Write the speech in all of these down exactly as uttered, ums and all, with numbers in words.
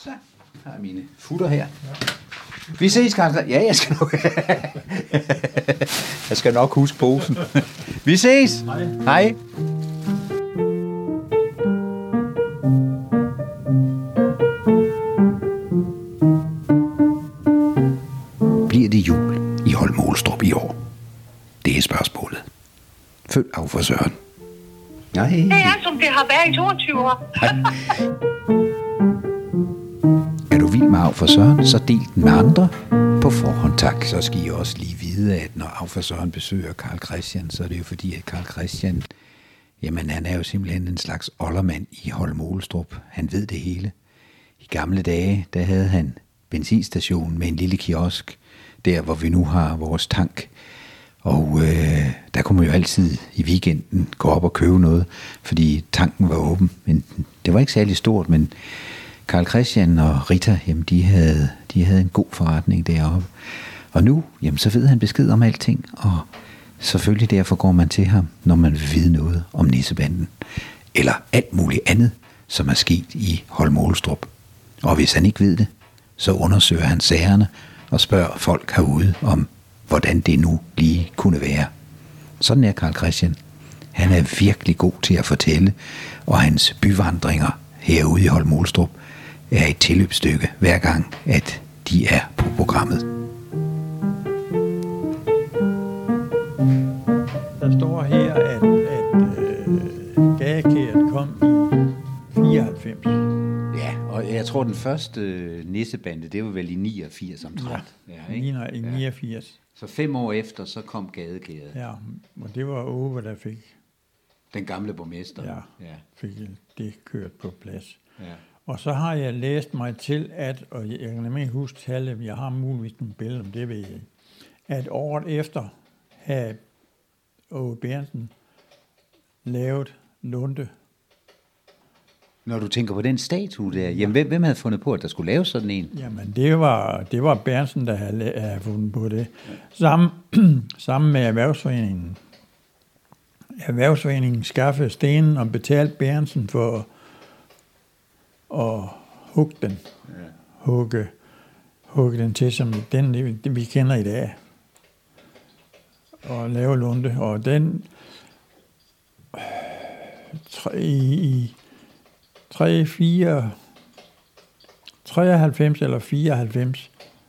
Så har jeg mine futter her. Vi ses, Karl. Ja, jeg skal nok. jeg skal nok huske posen. Vi ses. Hej. Hej. Bliver det jul i Holme-Olstrup i år? Det er spørgsmålet. Følg af for Søren. Nej. Det er, som det har været i toogtyve år. Er du vild med Av for Søren, så del den med andre. På forhånd tak, så skal I også lige vide, at når Av for Søren besøger Carl Christian, så er det jo fordi, at Carl Christian, jamen han er jo simpelthen en slags oldermand i Holme-Olstrup. Han ved det hele. I gamle dage, der havde han benzinstation med en lille kiosk, der hvor vi nu har vores tank. Og øh, der kunne man jo altid i weekenden gå op og købe noget, fordi tanken var åben. Men det var ikke særlig stort, men Carl Christian og Rita, jamen de havde, de havde en god forretning deroppe. Og nu, jamen så ved han besked om alting, og selvfølgelig derfor går man til ham, når man vil vide noget om nissebanden. Eller alt muligt andet, som er sket i Holme-Olstrup. Og hvis han ikke ved det, så undersøger han sagerne og spørger folk herude om, hvordan det nu lige kunne være. Sådan er Carl Christian. Han er virkelig god til at fortælle, og hans byvandringer herude i Holme-Olstrup er et tilløbsstykke hver gang, at de er på programmet. Der står her, at, at øh, Gadekæret kom i fireoghalvfems. Ja, og jeg tror, den første øh, nissebande, det var vel i niogfirs omtrent. Ja, ja, ikke? i niogfirs. Så fem år efter, så kom Gadekæret. Ja, og det var Ove, der fik, Den gamle borgmester. ja, Ja. fik det kørt på plads. Ja. Og så har jeg læst mig til, at, og jeg kan nemlig huske tallet, jeg har muligvis nogle billeder om det, ved jeg ikke, at året efter havde Ove Bærentsen lavet Lunde. Når du tænker på den statue der, jamen hvem, hvem havde fundet på, at der skulle laves sådan en? Jamen, det var, det var Bærentsen, der havde, havde fundet på det. Sammen, sammen med Erhvervsforeningen. Erhvervsforeningen skaffede stenen og betalte Bærentsen for at hugge den. Ja. Hugge, hugge den til, som den, det, vi kender i dag. Og lave Lunde. Og den tre, i tre, fire, treoghalvfems eller fireoghalvfems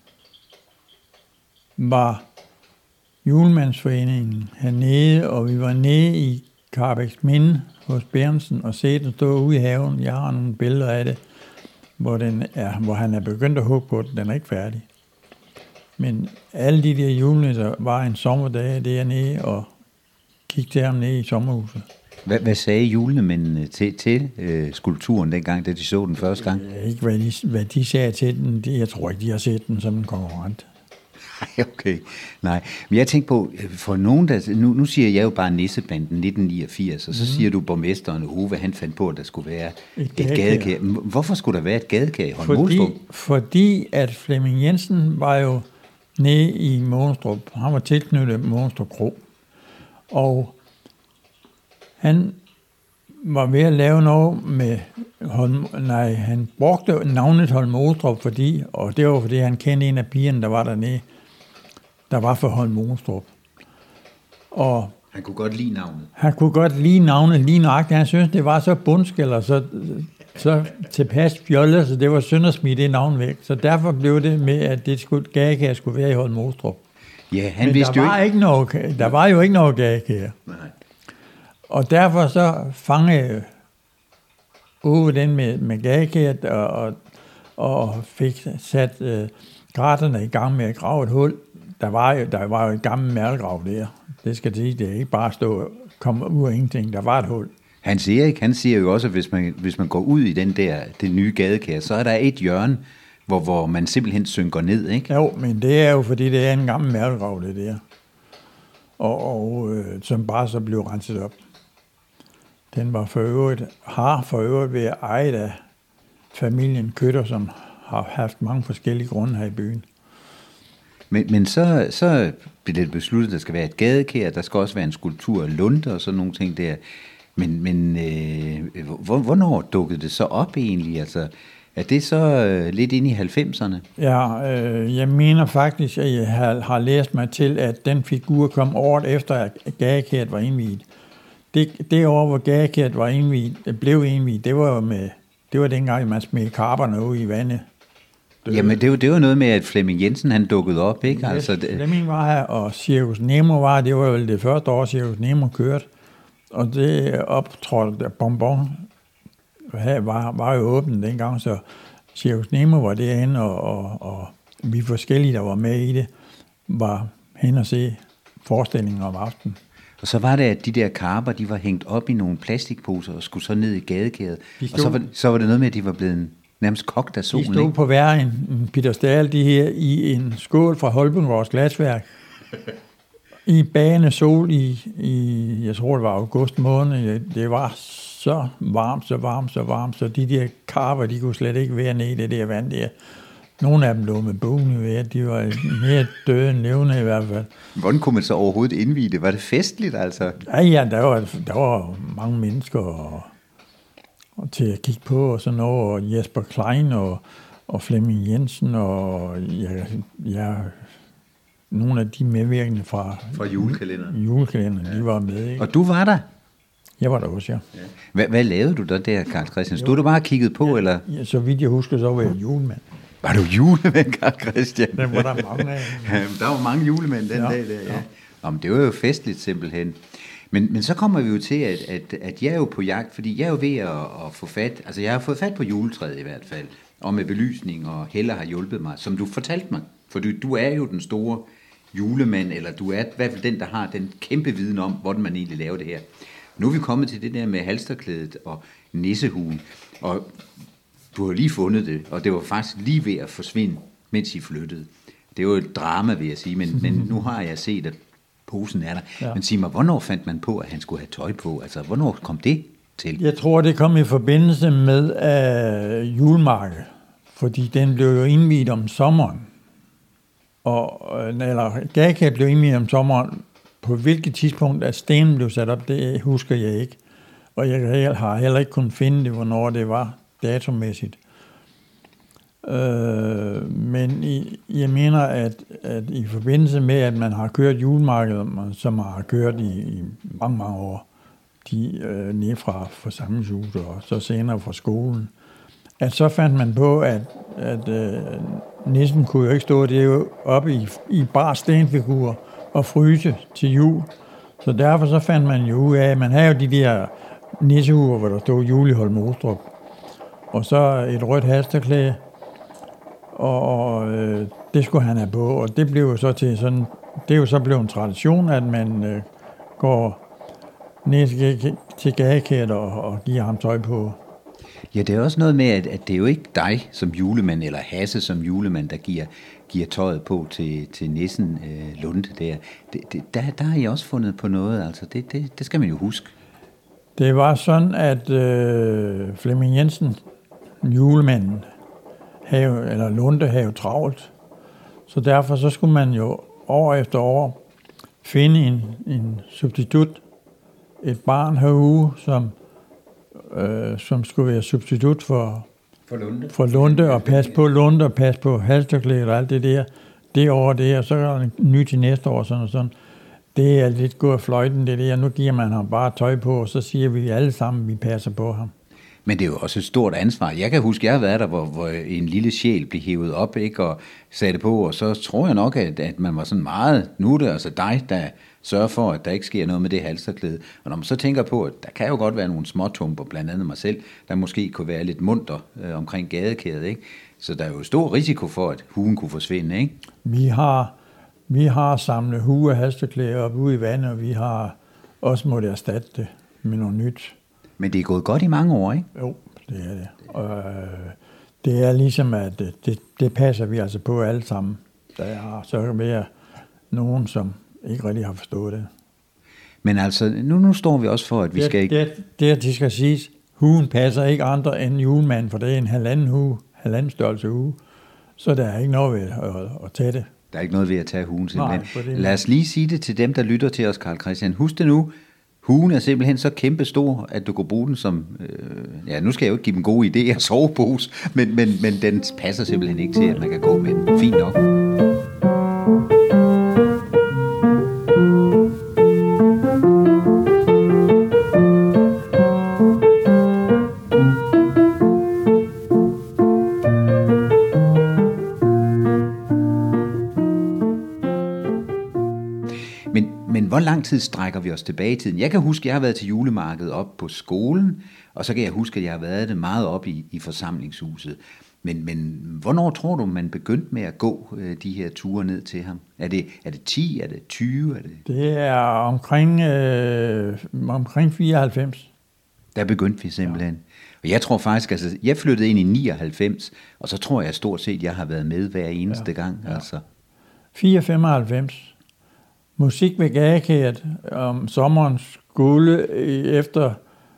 var Julemandsforeningen hernede, og vi var nede i Karrebæksminde hos Bærentsen og se den stå ude i haven. Jeg har nogle billeder af det, hvor, den er, hvor han er begyndt at hugge på den. Den er ikke færdig. Men alle de der julenisser var en sommerdag dernede og kiggede til ham nede i sommerhuset. Hvad, hvad sagde julemændene til, til øh, skulpturen dengang, da de så den første gang? Jeg ved ikke, hvad de, hvad de sagde til den. Jeg tror ikke, de har set den som en konkurrent. Okay, nej. Men jeg tænker på, for nogen, der, nu, nu siger jeg jo bare nissebanden nitten niogfirs, og så mm. siger du borgmesteren Ove, han fandt på, at der skulle være et, et gadekær. Hvorfor skulle der være et gadekær i Holme-Olstrup? Fordi, fordi at Flemming Jensen var jo nede i Mogenstrup. Han var tilknyttet Mogenstrup Kro. Og han var ved at lave noget med Holm, nej, han brugte navnet Holme-Olstrup, fordi, og det var fordi, han kendte en af pigerne, der var dernede, der var for Holme-Olstrup. Og han kunne godt lide navnet. Han kunne godt lide navnet lige nøjagtigt. Han syntes, det var så bundsk, eller så, så tilpas fjollet, så det var synd at smide det navn væk. Så derfor blev det med, at det skulle, gadekær skulle være i Holme-Olstrup. Ja, han Men vidste der jo var ikke. ikke noget, der var jo ikke noget gadekær. Nej. Og derfor så fangede Ove den med, med gadekæret og, og, og fik sat øh, grætterne i gang med at grave et hul. Der var jo, der var jo et gammelt mærkegrav der. Det skal sige, det er ikke bare stå og komme ud af ingenting. Der var et hul. Hans Erik, han siger jo også, at hvis man, hvis man går ud i den der, det nye gadekær, så er der et hjørne, hvor, hvor man simpelthen synker ned, ikke? Jo, men det er jo, fordi det er en gammel mærkegrav, det der. Og, og øh, som bare så blev renset op. Den var for øvrigt, har for øvrigt været ejet af familien Køtter, som har haft mange forskellige grunde her i byen. Men, men så, så bliver det besluttet, at der skal være et gadekær, der skal også være en skulptur af Lunde og sådan nogle ting der. Men, men øh, hvornår dukkede det så op egentlig? Altså, Er det så øh, lidt ind i halvfemserne? Ja, øh, jeg mener faktisk, at jeg har, har læst mig til, at den figur kom året efter, at Gadekæret var indviet. Det, det år, hvor Gadekæret var indviet, det blev indviet, det var jo med, det var dengang, man smed karperne ud i vandet. Det, Jamen, det var, det var noget med, at Flemming Jensen, han dukkede op, ikke? Yes, altså, det... Flemming var her, og Cirkus Nemo var, det var vel det første år, Cirkus Nemo kørte. Og det optrådte, Bonbon her var, var jo åbent dengang, så Cirkus Nemo var derinde, og, og, og vi forskellige, der var med i det, var hen og se forestillingen om aftenen. Og så var det, at de der karper, de var hængt op i nogle plastikposer og skulle så ned i gadekæret. Og så var, så var det noget med, at de var blevet nærmest kogt af solen. De stod på hver en, en Peter Stahl, de her, i en skål fra Holbengårds glasværk. I bagende sol i, i, jeg tror det var august måned. Det var så varmt, så varmt, så varmt, så de der karper, de kunne slet ikke være nede i det der vand der. Nogle af dem lå med bogen i vejret, de var mere døde end levende i hvert fald. Hvordan kunne man så overhovedet indvie det? Var det festligt altså? Ja, ja, der var, der var mange mennesker og, og til at kigge på, og sådan noget, og Jesper Klein og, og Flemming Jensen, og ja, ja, nogle af de medvirkende fra, fra julekalenderen. Julekalenderen, ja. De var med, ikke? Og du var der? Jeg var der også, ja. ja. Hvad, hvad lavede du der, der Carl Christian? Stod du bare og kiggede på, ja, eller? Ja, så vidt jeg husker, så var jeg julemand. Var du julemand, Carl Christian? Den var der mange af. Ja, der var mange julemænd den ja, dag der, ja. ja. Nå, men det var jo festligt simpelthen. Men, men så kommer vi jo til, at, at, at jeg er jo på jagt, fordi jeg er jo ved at, at få fat, altså jeg har fået fat på juletræet i hvert fald, og med belysning, og Helle har hjulpet mig, som du fortalte mig. For du, du er jo den store julemand, eller du er i hvert fald den, der har den kæmpe viden om, hvordan man egentlig laver det her. Nu er vi kommet til det der med halsterklædet og nissehuen, og du har lige fundet det, og det var faktisk lige ved at forsvinde, mens I flyttede. Det er jo et drama, vil jeg sige, men, men nu har jeg set, at posen er der. Ja. Men sig mig, hvornår fandt man på, at han skulle have tøj på? Altså, hvornår kom det til? Jeg tror, det kom i forbindelse med uh, julemarkedet, fordi den blev jo indviet om sommeren. Og, eller Gadekæret blev indviet om sommeren. På hvilket tidspunkt, at stenen blev sat op, det husker jeg ikke. Og jeg har heller ikke kunnet finde det, hvornår det var datomæssigt. Øh, men i, jeg mener, at, at i forbindelse med, at man har kørt julemarkedet, som har kørt i, i mange, mange år, de øh, nede fra forsamlingshuset og så senere fra skolen, at så fandt man på, at, at øh, nissen kunne jo ikke stå det jo oppe i, i bare stenfigurer og fryse til jul. Så derfor så fandt man jo ud af, at man havde jo de der nissehuer, hvor der stod jul i Holme-Olstrup, og så et rødt halsterklæde, og øh, det skulle han have på, og det blev jo så til sådan, det er jo så blevet en tradition, at man øh, går ned til, til Gadekæret og, og giver ham tøj på. Ja, det er også noget med, at, at det er jo ikke dig som julemand, eller Hasse som julemand, der giver, giver tøjet på til, til nissen øh, Lunde der. Det, det, der. Der har I også fundet på noget, altså det, det, det skal man jo huske. Det var sådan, at øh, Flemming Jensen, julemanden, have, eller Lunde havde travlt. Så derfor så skulle man jo år efter år finde en, en substitut, et barn herude, som, øh, som skulle være substitut for, for, Lunde. for Lunde, og passe på Lunde, og passe på halsterklædet og alt det der. Det år det, og så er der ny til næste år, sådan og sådan. Det er lidt gået fløjten, det der. Nu giver man ham bare tøj på, og så siger vi alle sammen, vi passer på ham. Men det er jo også et stort ansvar. Jeg kan huske, jeg har været der, hvor, hvor en lille sjæl blev hævet op, ikke, og satte på, og så tror jeg nok, at, at man var sådan meget, nu er det altså dig, der sørger for, at der ikke sker noget med det halsterklæde. Og når man så tænker på, at der kan jo godt være nogle småtumper, blandt andet mig selv, der måske kunne være lidt munter øh, omkring gadekæret, ikke? Så der er jo stor risiko for, at huen kunne forsvinde, ikke? Vi har, vi har samlet hue og halsterklæder op ude i vandet, og vi har også måttet erstatte det med noget nyt. Men det er gået godt i mange år, ikke? Jo, det er det. Og, øh, det er ligesom, at det, det passer vi altså på alle sammen. Der har så være nogen, som ikke rigtig har forstået det. Men altså, nu, nu står vi også for, at vi det, skal ikke... Det, det, det skal siges, huen passer ikke andre end julemanden, for det er en halvanden hue, halvanden størrelse hue. Så der er ikke noget ved at, at, at tage det. Der er ikke noget ved at tage huen simpelthen. Nej, lad os lige sige det til dem, der lytter til os, Carl Christian. Husk det nu, Hugen er simpelthen så kæmpestor, at du kan bruge den som, øh, ja, nu skal jeg jo ikke give dem gode idéer, sovepose, men, men, men den passer simpelthen ikke til, at man kan gå med den. Fint nok. Hvor lang tid strækker vi os tilbage i tiden? Jeg kan huske, at jeg har været til julemarkedet op på skolen, og så kan jeg huske, at jeg har været det meget op i, i forsamlingshuset. Men, men hvornår tror du, man begyndte med at gå øh, de her ture ned til ham? Er det, er det ti? Er det tyve? Er det... det er omkring, øh, omkring fireoghalvfems. Der begyndte vi simpelthen. Ja. Og jeg tror faktisk, altså, jeg flyttede ind i nioghalvfems, og så tror jeg stort set, jeg har været med hver eneste ja. gang. Ja. Altså. fire femoghalvfems. Musik ved Gadekæret om sommeren skulle efter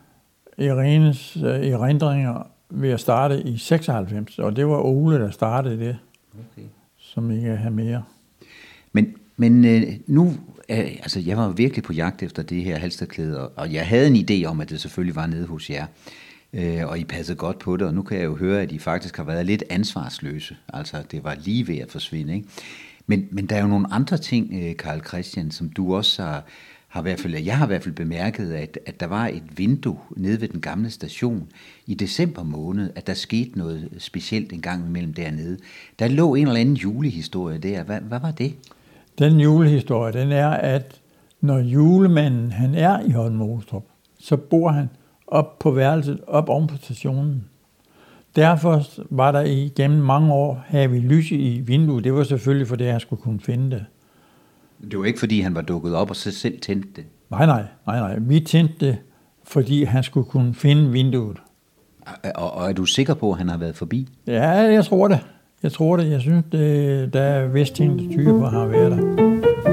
Irenes erindringer ved at starte i seksoghalvfems, og det var Ole, der startede det, okay. Som ikke kan have mere. Men, men nu, altså jeg var virkelig på jagt efter det her halstørklæde, og jeg havde en idé om, at det selvfølgelig var nede hos jer, og I passede godt på det, og nu kan jeg jo høre, at I faktisk har været lidt ansvarsløse, altså det var lige ved at forsvinde, ikke? Men, men der er jo nogle andre ting, Carl Christian, som du også har, har i hvert fald, jeg har i hvert fald bemærket, at, at der var et vindue nede ved den gamle station i december måned, at der skete noget specielt en gang imellem dernede. Der lå en eller anden julehistorie der. Hvad, hvad var det? Den julehistorie, den er, at når julemanden han er i Holme-Olstrup, så bor han op på værelset, op oven på stationen. Derfor var der igennem mange år, havde vi lys i vinduet. Det var selvfølgelig, fordi han skulle kunne finde det. Det var ikke, fordi han var dukket op og så selv tændte det? Nej, nej, nej, nej. Vi tændte det, fordi han skulle kunne finde vinduet. Og, og er du sikker på, at han har været forbi? Ja, jeg tror det. Jeg tror det. Jeg synes, det, der er vist ting, der tyder på, at han har været der.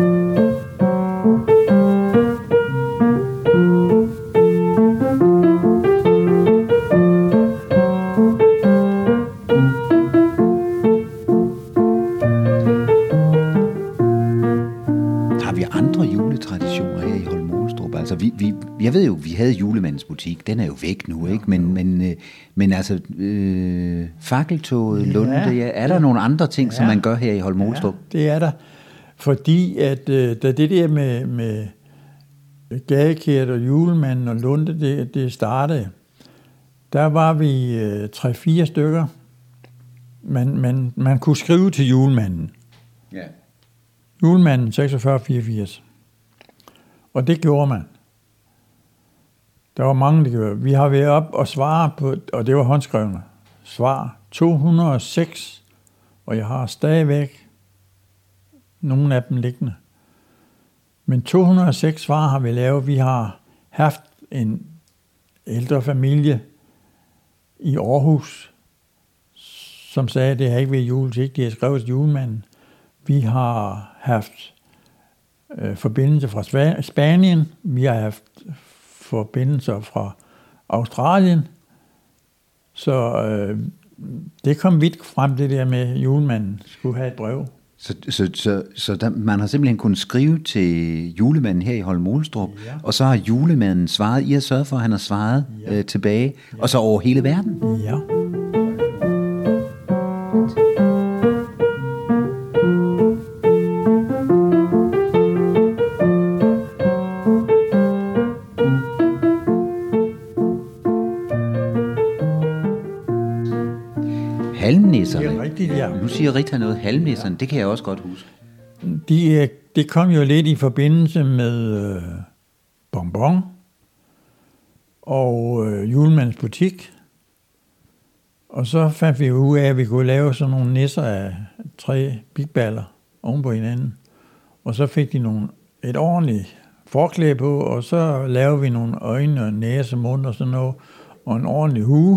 Jeg ved jo, vi havde julemandens butik, den er jo væk nu, ikke? Men, men, men altså, øh, fakkeltoget, Lunde, ja, er der ja. nogle andre ting, ja. som man gør her i Holme-Olstrup? Ja, det er der, fordi at øh, da det der med, med Gadekæret og julemanden og Lunde, det, det startede, der var vi øh, tre-fire stykker. Man, man, man kunne skrive til julemanden. Ja. Julemanden seksogfyrre fireogfirs. Og det gjorde man. Der var mange, der gjorde. Vi har været op og svare på, og det var håndskrevne. Svar to hundrede og seks, og jeg har stadigvæk nogle af dem liggende. Men to hundrede og seks svar har vi lavet. Vi har haft en ældre familie i Aarhus, som sagde, at det har ikke været juletik, de har skrevet til julemanden. Vi har haft øh, forbindelser fra Spanien, vi har haft forbindelser fra Australien, så øh, det kom vidt frem, det der med julemanden skulle have et brev. Så, så, så, så der, man har simpelthen kunnet skrive til julemanden her i Holme-Olstrup, ja. Og så har julemanden svaret, I har sørget for, at han har svaret ja. øh, tilbage, ja. Og så over hele verden? Ja. Halmnisserne. Det er rigtigt, ja. Nu siger Rita noget. Halmnisserne, ja. Det kan jeg også godt huske. De, det kom jo lidt i forbindelse med øh, bonbon og øh, julemandens butik. Og så fandt vi ud af, at vi kunne lave sådan nogle nisser af tre bigballer oven på hinanden. Og så fik de nogle, et ordentligt forklæde på, og så lavede vi nogle øjne og næse, mund og sådan noget, og en ordentlig hue.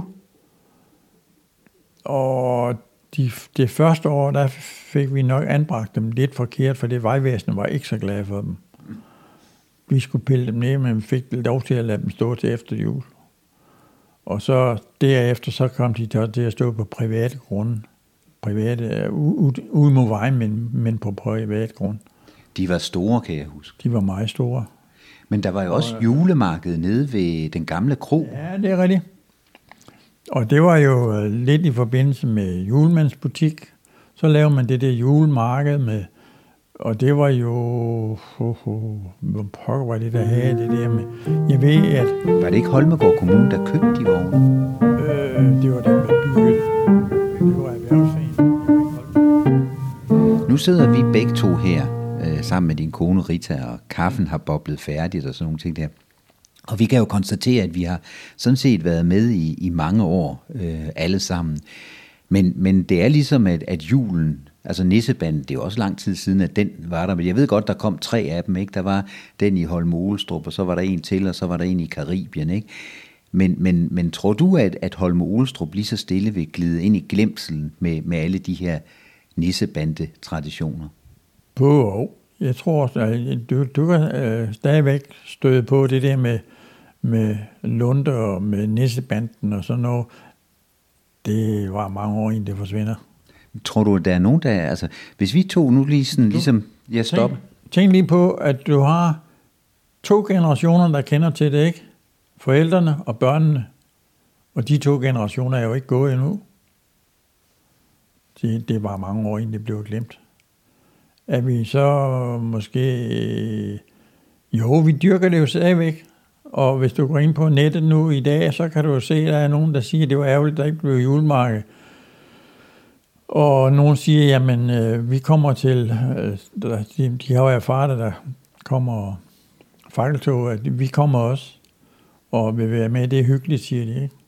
Og de, det første år, der fik vi nok anbragt dem lidt forkert, for det vejvæsenet var ikke så glade for dem. Vi skulle pille dem ned, men vi fik lov til at lade dem stå til efter jul. Og så derefter, så kom de til at stå på private grunde. Private, ude mod vejen, men, men på private grund. De var store, kan jeg huske. De var meget store. Men der var jo også julemarked nede ved den gamle kro. Ja, det er rigtigt. Og det var jo lidt i forbindelse med julemandsbutik. Så lavede man det der julemarked med, og det var jo, oh, oh, hvor pokker var det, der havde det der med, jeg ved, at... Var det ikke Holmegaard Kommune, der købte de vogne? Øh, det var dem, der byggede. Det var erhvervsforeningen. Nu sidder vi begge to her, øh, sammen med din kone Rita, og kaffen har boblet færdigt og sådan nogle ting der. Og vi kan jo konstatere, at vi har sådan set været med i, i mange år, øh, alle sammen. Men, men det er ligesom, at, at julen, altså nissebanden, det er jo også lang tid siden, at den var der. Men jeg ved godt, der kom tre af dem, ikke? Der var den i Holme-Olstrup, og så var der en til, og så var der en i Karibien, ikke? Men, men, men tror du, at, at Holme-Olstrup lige så stille vil glide ind i glemselen med, med alle de her nissebande-traditioner? På, jeg tror, at du, du kan øh, stadigvæk støde på det der med, med Lunde og med nissebanden og sådan noget. Det var mange år inden det forsvinder. Tror du, at der er nogen, der... Altså, hvis vi to nu lige sådan, ligesom... Jeg stopper. Tænk, tænk lige på, at du har to generationer, der kender til det, ikke? Forældrene og børnene. Og de to generationer er jo ikke gået endnu. Det, det var mange år inden det blev glemt. At vi så måske... Jo, vi dyrker det jo stadigvæk. Og hvis du går ind på nettet nu i dag, så kan du jo se, at der er nogen, der siger, at det var ærgerligt, at der ikke blev julemarked. Og nogen siger, jamen, øh, vi kommer til, øh, de, de har jo erfaret, at der kommer fakkeltog, at vi kommer også, og vil være med, det er hyggeligt, siger de, ikke?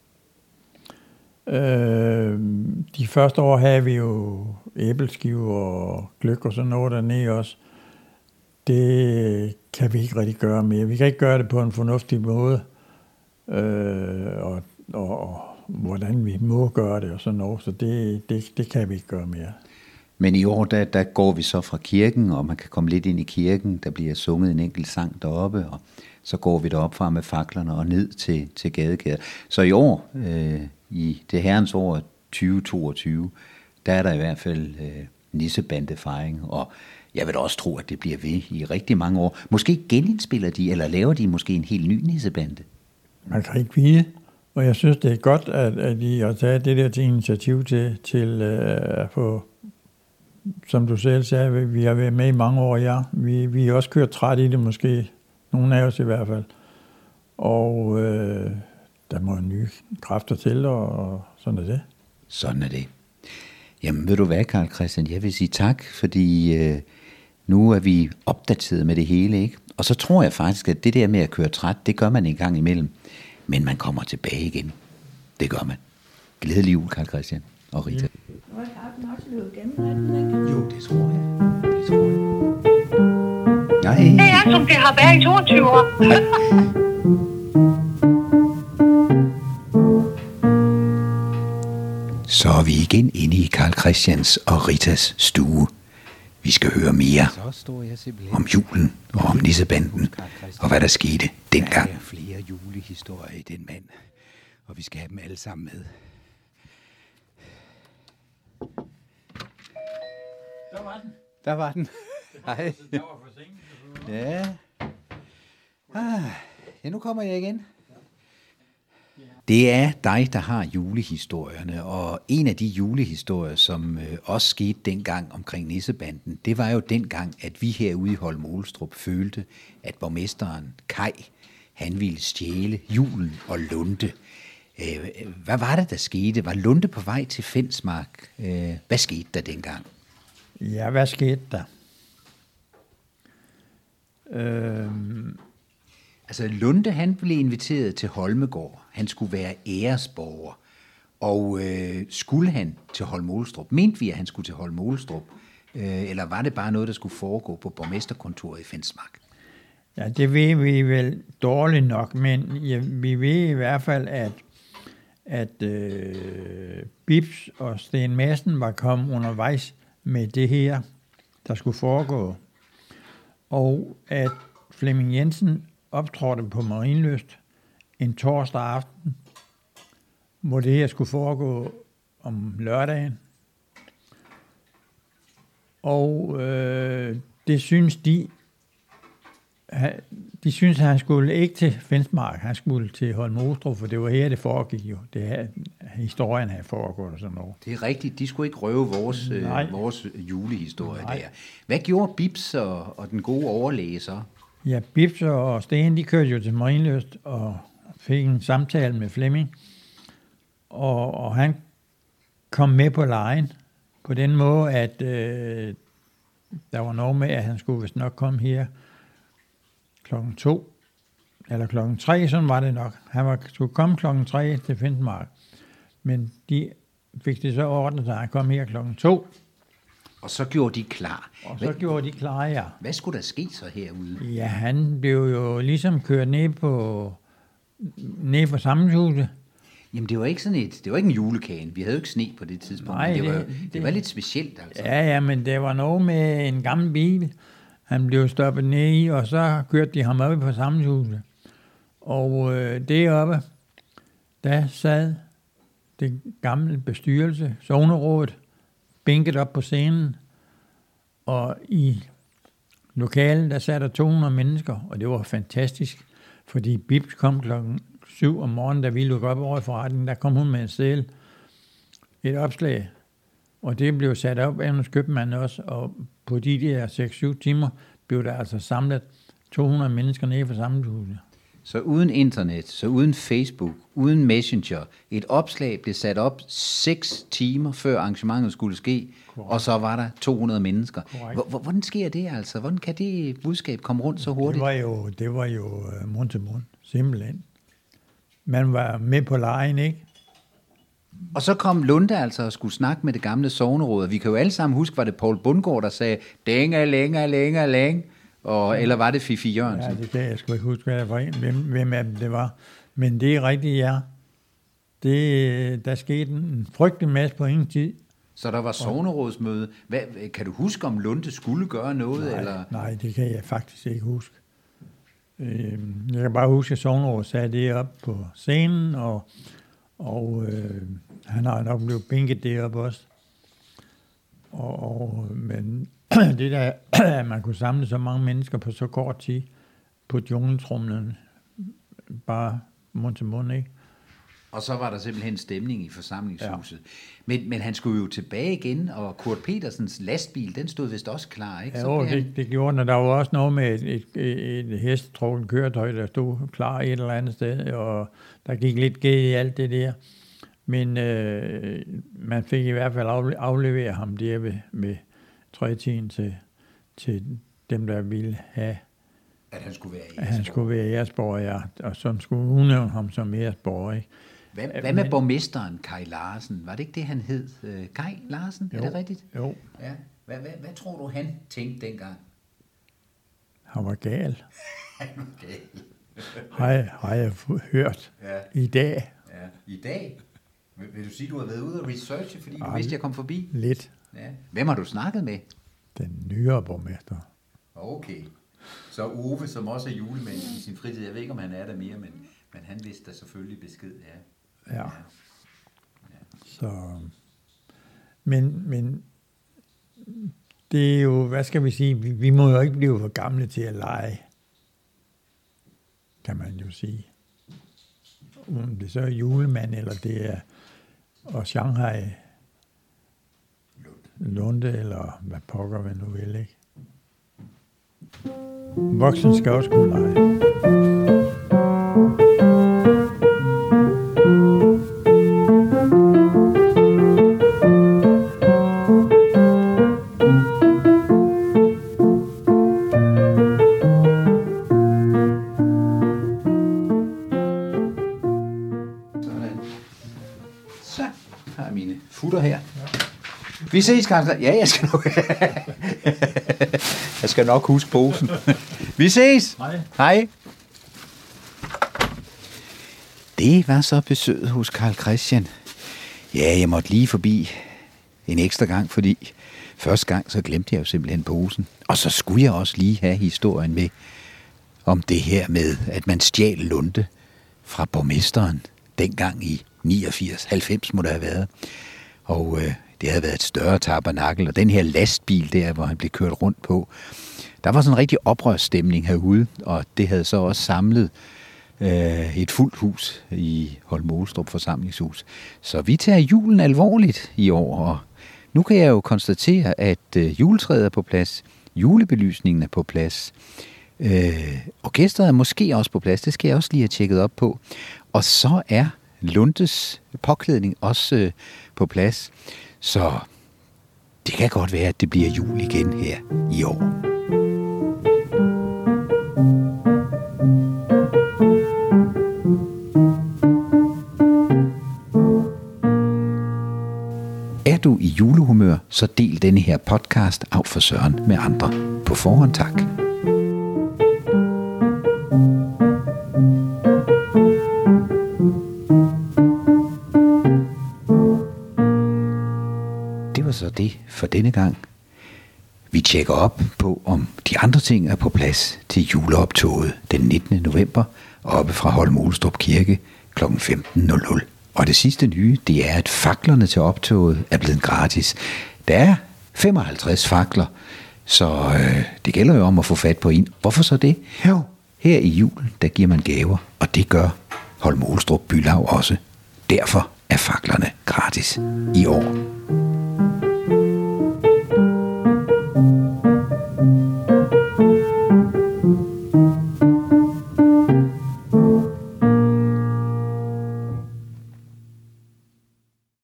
Øh, de første år havde vi jo æbleskiver og gløgg og sådan noget dernede også. Det kan vi ikke rigtig gøre mere. Vi kan ikke gøre det på en fornuftig måde, øh, og, og, og hvordan vi må gøre det og sådan noget, så det, det, det kan vi ikke gøre mere. Men i år, der, der går vi så fra kirken, og man kan komme lidt ind i kirken, der bliver sunget en enkelt sang deroppe, og så går vi derop fra med faklerne og ned til, til gadekæder. Så i år, øh, i det herrens år tyve toogtyve, der er der i hvert fald øh, nissebandefejring, og jeg vil også tro, at det bliver ved i rigtig mange år. Måske genindspiller de, eller laver de måske en helt ny nissebande? Man kan ikke vide, og jeg synes, det er godt, at, at I har taget det der til initiativ til, til øh, at få, som du selv sagde, vi har været med i mange år, ja. Vi, vi har også kørt træt i det måske, nogle af os i hvert fald. Og øh, der må nye kræfter til, og sådan er det. Sådan er det. Jamen ved du hvad, Carl Christian, jeg vil sige tak, fordi øh, nu er vi opdateret med det hele, ikke? Og så tror jeg faktisk, at det der med at køre træt, det gør man en gang imellem. Men man kommer tilbage igen. Det gør man. Glædelig jul, Carl Christian og Rita. Nu er kaffen også løbet gennem, er den ikke? Jo, det tror jeg. Det tror jeg. Nej. Det er, som det har været i toogtyve år. Så er vi igen inde i Carl Christians og Ritas stue. Vi skal høre mere om julen og om nissebanden og hvad der skete dengang. Der er flere julehistorier i den mand, og vi skal have dem alle sammen med. Der var den. Der var den. Hej. Der var forsinket. Ja. Ah, ja, nu kommer jeg igen. Det er dig, der har julehistorierne, og en af de julehistorier, som øh, også skete dengang omkring nissebanden, det var jo dengang, at vi herude i Holme-Olstrup følte, at borgmesteren Kai, han ville stjæle julen og Lunde. Øh, hvad var det, der skete? Var Lunde på vej til Fensmark? Øh, hvad skete der dengang? Ja, hvad skete der? Øhm Altså Lunde, han blev inviteret til Holmegård. Han skulle være æresborger. Og øh, skulle han til Holme-Olstrup? Mente vi, at han skulle til Holme-Olstrup? Øh, eller var det bare noget, der skulle foregå på borgmesterkontoret i Fensmark? Ja, det ved vi vel dårligt nok, men ja, vi ved i hvert fald, at, at øh, Bibs og Sten Madsen var kommet undervejs med det her, der skulle foregå. Og at Flemming Jensen optrådte på Marienlyst en torsdag aften, hvor det her skulle foregå om lørdagen. Og øh, det synes de han, de synes, at han skulle ikke til Fensmark, han skulle til Holme-Olstrup, for det var her, det foregik jo. Det her, historien havde foregået og sådan noget. Det er rigtigt, de skulle ikke røve vores, øh, vores julehistorie Nej. der. Hvad gjorde Bibs og, og den gode overlæge så? Ja, Bibs og Sten, de kørte jo til Marienlyst og fik en samtale med Flemming, og, og han kom med på lejen på den måde, at øh, der var noget med, at han skulle vist nok komme her klokken to, eller klokken tre, sådan var det nok. Han var, skulle komme klokken tre til Fensmark, men de fik det så ordnet, så han kom her klokken to. Og så gjorde de klar. Og så hvad, gjorde de klar, ja. Hvad skulle der ske så herude? Ja, han blev jo ligesom kørt ned på ned på samlingshuset. Jamen, det var ikke sådan et, det var ikke en julekage. Vi havde jo ikke sne på det tidspunkt. Nej, det, var, det, det, det var lidt specielt, altså. Ja, ja, men det var noget med en gammel bil. Han blev stoppet ned i, og så kørte de ham op på samlingshuset. Og øh, deroppe, der sad det gamle bestyrelse, sognerådet, bænket op på scenen, og i lokalet, der sad der to hundrede mennesker, og det var fantastisk, fordi Bibs kom klokken syv om morgenen, da vi lukkede op over i forretningen, der kom hun med en seddel, et opslag, og det blev sat op af hos købmanden også, og på de der seks syv timer blev der altså samlet to hundrede mennesker nede for samlingshuset. Så uden internet, så uden Facebook, uden Messenger, et opslag blev sat op seks timer før arrangementet skulle ske, Correct. Og så var der to hundrede mennesker. H- hvordan sker det altså? Hvordan kan det budskab komme rundt så hurtigt? Det var jo, det var jo uh, mund til mund, simpelthen. Man var med på lejen, ikke? Og så kom Lunde altså og skulle snakke med det gamle sogneråd. Vi kan jo alle sammen huske, var det Poul Bundgaard, der sagde, dænge, længe, længe, længe. Og, eller var det Fifi Jørgensen? Ja, det kan jeg sgu ikke huske, hvad det var, hvem, hvem af dem det var. Men det er rigtigt, ja. Det, der skete en frygtelig masse på ingen tid. Så der var sognerådsmøde. Hvad, kan du huske, om Lunde skulle gøre noget? Nej, eller? nej, det kan jeg faktisk ikke huske. Jeg kan bare huske, at sognerådet sagde det op på scenen, og, og øh, han har nok blevet bænket deroppe også. Og, og, men det der, at man kunne samle så mange mennesker på så kort tid på jungletrumlen, bare mund til mund, ikke? Og så var der simpelthen stemning i forsamlingshuset. Ja. Men, men han skulle jo tilbage igen, og Kurt Petersens lastbil, den stod vist også klar, ikke? Ja, så det, han... det gjorde den, og der var også noget med et, et, et, et hestetrukken køretøj, der stod klar et eller andet sted, og der gik lidt gæt i alt det der. Men øh, man fik i hvert fald afleveret ham der ved, med trætiden til, til dem, der ville have, at han skulle være at han skulle være Jægersborg, ja. Og så skulle udnævne ham som Jægersborg, ikke? Hvad, hvad med Men, borgmesteren Kai Larsen? Var det ikke det, han hed? Uh, Kai Larsen, jo, er det rigtigt? Jo. Ja. Hvad, hvad, hvad tror du, han tænkte dengang? Han var gal. Han var gal. har, jeg, har jeg hørt ja. i dag. Ja. I dag? Vil, vil du sige, du har været ude og researche, fordi du ja, vidste, jeg kom forbi? Lidt. Ja. Hvem har du snakket med? Den nyere borgmester. Okay. Så Ove, som også er julemand i sin fritid, jeg ved ikke, om han er der mere, men, men han vidste da selvfølgelig besked, ja. Ja. ja. Så, men, men det er jo, hvad skal vi sige, vi, vi må jo ikke blive for gamle til at lege, kan man jo sige. Om det så er julemand, eller det er og Shanghai, Lunde, eller hvad pokker man nu vil, ikke? Voksen skal også kunne lege. Så har jeg mine futter her. Vi ses, Carsten. Ja, jeg skal nok. jeg skal nok huske posen. Vi ses. Hej. Hej. Det var så besøget hos Carl Christian. Ja, jeg måtte lige forbi en ekstra gang, fordi første gang så glemte jeg jo simpelthen posen. Og så skulle jeg også lige have historien med om det her med, at man stjal Lunde fra borgmesteren dengang i niogfirs halvfems må det have været. Og øh, det havde været et større tabernakel, og den her lastbil der, hvor han blev kørt rundt på, der var sådan en rigtig oprørsstemning herude, og det havde så også samlet øh, et fuldt hus i Holme-Olstrup forsamlingshus. Så vi tager julen alvorligt i år, og nu kan jeg jo konstatere, at øh, juletræet er på plads, julebelysningen er på plads, øh, orkestret er måske også på plads, det skal jeg også lige have tjekket op på, og så er Lundes påklædning også øh, på plads, så det kan godt være, at det bliver jul igen her i år. Er du i julehumør, så del denne her podcast Av for Søren med andre. På forhånd tak. Det var så det for denne gang. Vi tjekker op på, om de andre ting er på plads til juleoptoget den nittende november oppe fra Holme-Olstrup Kirke kl. femten nul nul. Og det sidste nye, det er, at faklerne til optoget er blevet gratis. Der er femoghalvtreds fakler, så øh, det gælder jo om at få fat på en. Hvorfor så det? Jo, her i julen, der giver man gaver, og det gør Holme-Olstrup Bylav også. Derfor er faklerne gratis i år.